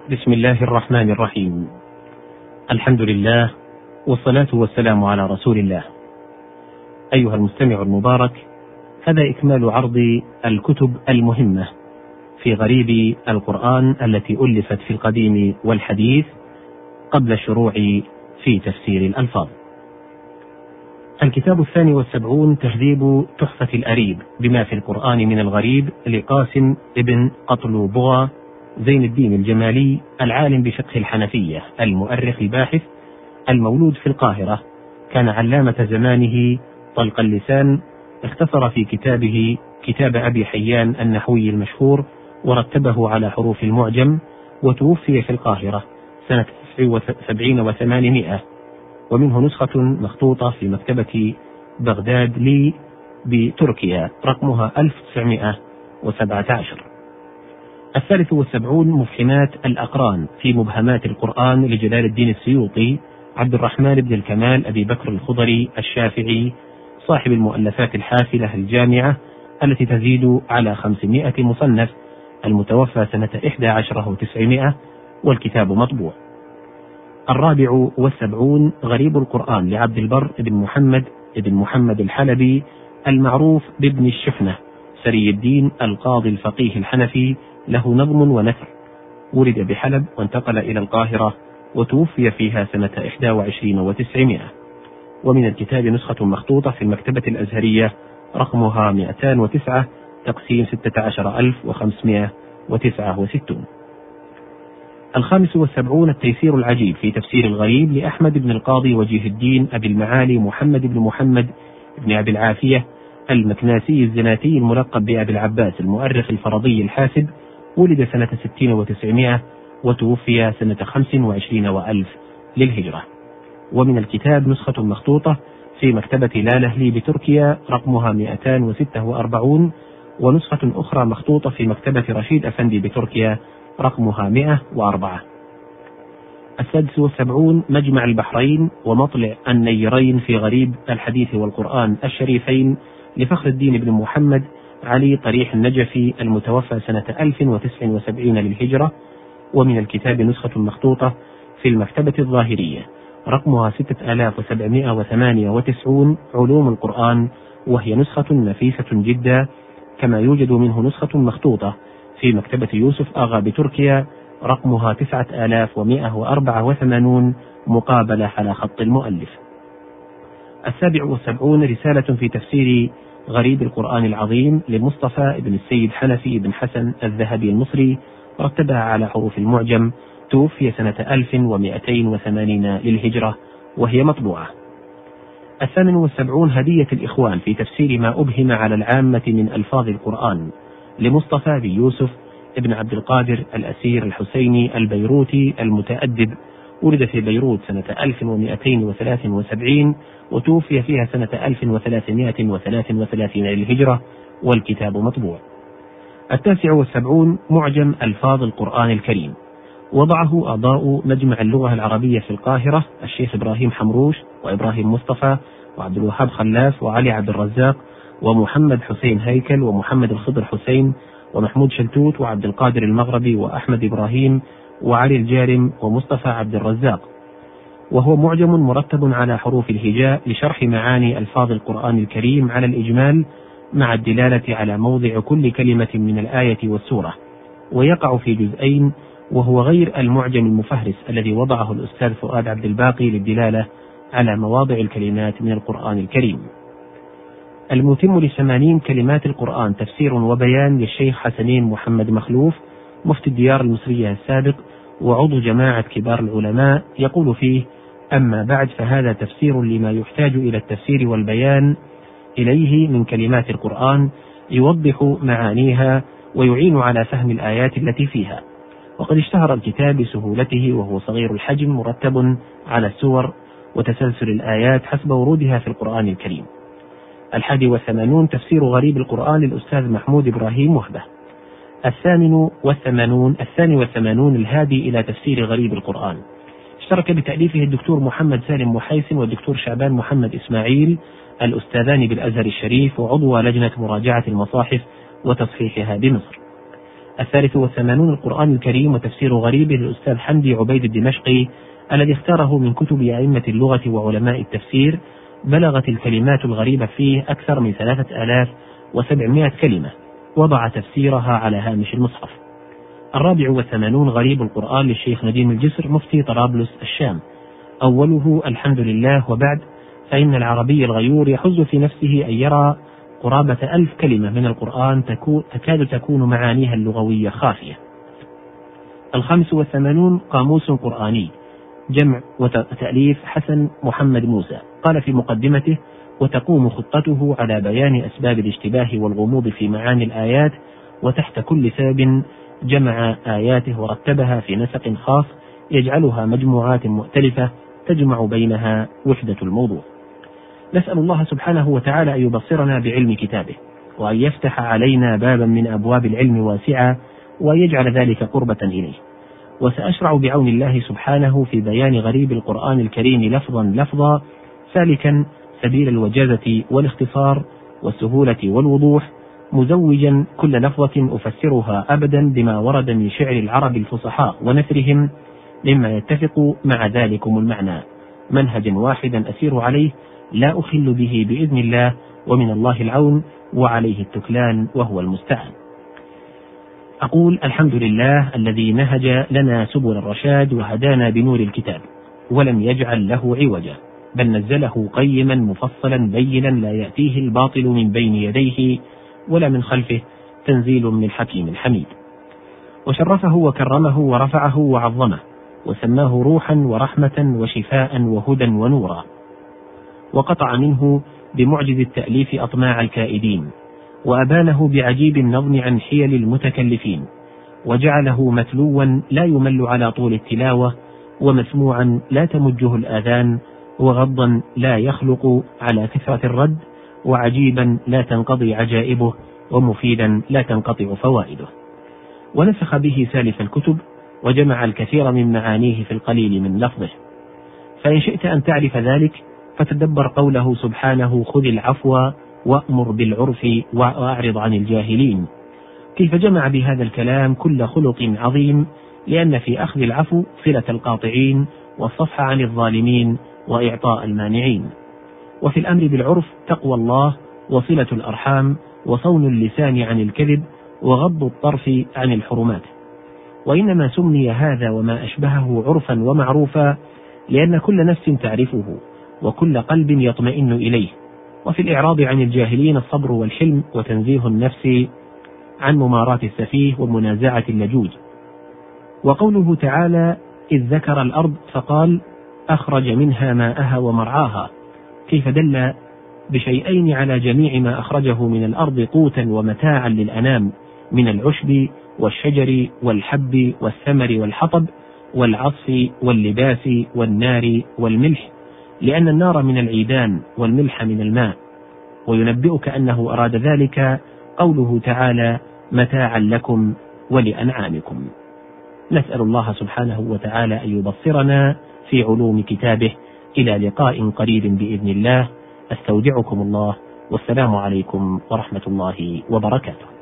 بسم الله الرحمن الرحيم. الحمد لله والصلاة والسلام على رسول الله. أيها المستمع المبارك، هذا إكمال عرض الكتب المهمة في غريب القرآن التي ألفت في القديم والحديث قبل الشروع في تفسير الألفاظ. الكتاب 72 تهذيب تحفة الأريب بما في القرآن من الغريب لقاسم ابن قطلبغة زين الدين الجمالي، العالم بفقه الحنفية، المؤرخ الباحث، المولود في القاهرة، كان علامة زمانه طلق اللسان. اختصر في كتابه كتاب أبي حيان النحوي المشهور ورتبه على حروف المعجم، وتوفي في القاهرة سنة 79 و800، ومنه نسخة مخطوطة في مكتبة بغداد لي بتركيا رقمها 1917. 73 مفحمات الأقران في مبهمات القرآن لجلال الدين السيوطي عبد الرحمن بن الكمال أبي بكر الخضري الشافعي، صاحب المؤلفات الحافلة الجامعة التي تزيد على 500 مصنف، المتوفى سنة 11 و900، والكتاب مطبوع. 74 غريب القرآن لعبد البر بن محمد الحلبي، المعروف بابن الشحنة، سري الدين القاضي الفقيه الحنفي، له نظم ونثر، ولد بحلب وانتقل إلى القاهرة وتوفي فيها سنة 21 و900. ومن الكتاب نسخة مخطوطة في المكتبة الأزهرية رقمها 209 تقسيم 16569. 75 التيسير العجيب في تفسير الغريب لأحمد بن القاضي وجيه الدين أبي المعالي محمد بن أبي العافية المكناسي الزناتي الملقب بأبي العباس، المؤرخ الفرضي الحاسب، ولد سنة 60 و900 وتوفي سنة 25 و1000 للهجرة. ومن الكتاب نسخة مخطوطة في مكتبة لالهلي بتركيا رقمها 246، ونسخة أخرى مخطوطة في مكتبة رشيد أفندي بتركيا رقمها 104. 76 مجمع البحرين ومطلع النيرين في غريب الحديث والقرآن الشريفين لفخر الدين بن محمد علي طريح النجفي، المتوفى سنة 1079 للهجرة. ومن الكتاب نسخة مخطوطة في المكتبة الظاهرية رقمها 6798 علوم القرآن، وهي نسخة نفيسة جدا، كما يوجد منه نسخة مخطوطة في مكتبة يوسف آغا بتركيا رقمها 9184 مقابلة على خط المؤلف. 77 رسالة في تفسير غريب القرآن العظيم لمصطفى بن السيد حنفي بن حسن الذهبي المصري، رتبها على حروف المعجم، توفي سنة 1280 للهجرة، وهي مطبوعة. 78 هدية الإخوان في تفسير ما أبهم على العامة من ألفاظ القرآن لمصطفى بن يوسف ابن عبد القادر الأسير الحسيني البيروتي المتأدب، ولد في بيروت سنة 1273 وتوفي فيها سنة 1333 للهجرة، والكتاب مطبوع. 79 معجم ألفاظ القرآن الكريم، وضعه أعضاء مجمع اللغة العربية في القاهرة الشيخ إبراهيم حمروش وإبراهيم مصطفى وعبد الوهاب خلاف وعلي عبد الرزاق ومحمد حسين هيكل ومحمد الخضر حسين ومحمود شلتوت وعبد القادر المغربي وأحمد إبراهيم وعلي الجارم ومصطفى عبد الرزاق، وهو معجم مرتب على حروف الهجاء لشرح معاني ألفاظ القرآن الكريم على الإجمال مع الدلالة على موضع كل كلمة من الآية والسورة، ويقع في جزئين، وهو غير المعجم المفهرس الذي وضعه الأستاذ فؤاد عبد الباقي للدلالة على مواضع الكلمات من القرآن الكريم. المتم ل80 كلمات القرآن تفسير وبيان للشيخ حسنين محمد مخلوف مفتي الديار المصرية السابق وعضو جماعة كبار العلماء، يقول فيه: أما بعد، فهذا تفسير لما يحتاج إلى التفسير والبيان إليه من كلمات القرآن، يوضح معانيها ويعين على فهم الآيات التي فيها. وقد اشتهر الكتاب بسهولته، وهو صغير الحجم مرتب على السور وتسلسل الآيات حسب ورودها في القرآن الكريم. 81 تفسير غريب القرآن للأستاذ محمود إبراهيم وهبة. 82 الهادي إلى تفسير غريب القرآن، اشترك بتأليفه الدكتور محمد سالم محيسن والدكتور شعبان محمد إسماعيل، الأستاذان بالأزهر الشريف وعضو لجنة مراجعة المصاحف وتصحيحها بمصر. 83 القرآن الكريم وتفسير غريبه للأستاذ حمدي عبيد الدمشقي الذي اختاره من كتب أئمة اللغة وعلماء التفسير، بلغت الكلمات الغريبة فيه أكثر من 3700 كلمة، وضع تفسيرها على هامش المصحف. 84 غريب القرآن للشيخ نديم الجسر مفتي طرابلس الشام، أوله الحمد لله وبعد، فإن العربي الغيور يحز في نفسه أن يرى قرابة 1000 كلمة من القرآن تكاد تكون معانيها اللغوية خافية. 85 قاموس قرآني جمع وتأليف حسن محمد موسى، قال في مقدمته: وتقوم خطته على بيان أسباب الاشتباه والغموض في معاني الآيات، وتحت كل سبب جمع آياته ورتبها في نسق خاص يجعلها مجموعات مؤتلفة تجمع بينها وحدة الموضوع. نسأل الله سبحانه وتعالى أن يبصرنا بعلم كتابه، وأن يفتح علينا بابا من أبواب العلم واسعة، وأن يجعل ذلك قربة إليه. وسأشرع بعون الله سبحانه في بيان غريب القرآن الكريم لفظا لفظا، سالكا سبيل الوجازة والاختصار والسهولة والوضوح، مزوجا كل لفظة أفسرها أبدا بما ورد من شعر العرب الفصحاء ونثرهم مما يتفق مع ذلكم المعنى، منهجا واحدا أسير عليه لا أخل به بإذن الله، ومن الله العون وعليه التكلان وهو المستعان. أقول الحمد لله الذي نهج لنا سبل الرشاد وهدانا بنور الكتاب ولم يجعل له عوجا، بل نزله قيما مفصلا بينا لا يأتيه الباطل من بين يديه ولا من خلفه، تنزيل من الحكيم الحميد. وشرفه وكرمه ورفعه وعظمه، وسماه روحا ورحمة وشفاء وهدى ونورا، وقطع منه بمعجز التأليف أطماع الكائدين، وأبانه بعجيب النظم عن حيل المتكلفين، وجعله متلوا لا يمل على طول التلاوة، ومسموعا لا تمجه الآذان، وغضا لا يخلق على كثرة الرد، وعجيبا لا تنقضي عجائبه، ومفيدا لا تنقطع فوائده. ونسخ به سالف الكتب، وجمع الكثير من معانيه في القليل من لفظه. فإن شئت أن تعرف ذلك فتدبر قوله سبحانه: خذ العفو وأمر بالعرف وأعرض عن الجاهلين، كيف جمع بهذا الكلام كل خلق عظيم، لأن في أخذ العفو صلة القاطعين، والصفح عن الظالمين، وإعطاء المانعين، وفي الأمر بالعرف تقوى الله، وصلة الأرحام، وصون اللسان عن الكذب، وغض الطرف عن الحرمات. وإنما سمي هذا وما أشبهه عرفا ومعروفا لأن كل نفس تعرفه، وكل قلب يطمئن إليه. وفي الإعراض عن الجاهلين الصبر والحلم، وتنزيه النفس عن ممارات السفيه ومنازعة اللجوج. وقوله تعالى: إذ ذكر الأرض فقال: أخرج منها ماءها ومرعاها، كيف دل بشيئين على جميع ما أخرجه من الأرض قوتا ومتاعا للأنام من العشب والشجر والحب والثمر والحطب والعصف واللباس والنار والملح، لأن النار من العيدان والملح من الماء. وينبئك أنه أراد ذلك قوله تعالى: متاعا لكم ولأنعامكم. نسأل الله سبحانه وتعالى أن يبصرنا في علوم كتابه. إلى لقاء قريب بإذن الله، أستودعكم الله، والسلام عليكم ورحمة الله وبركاته.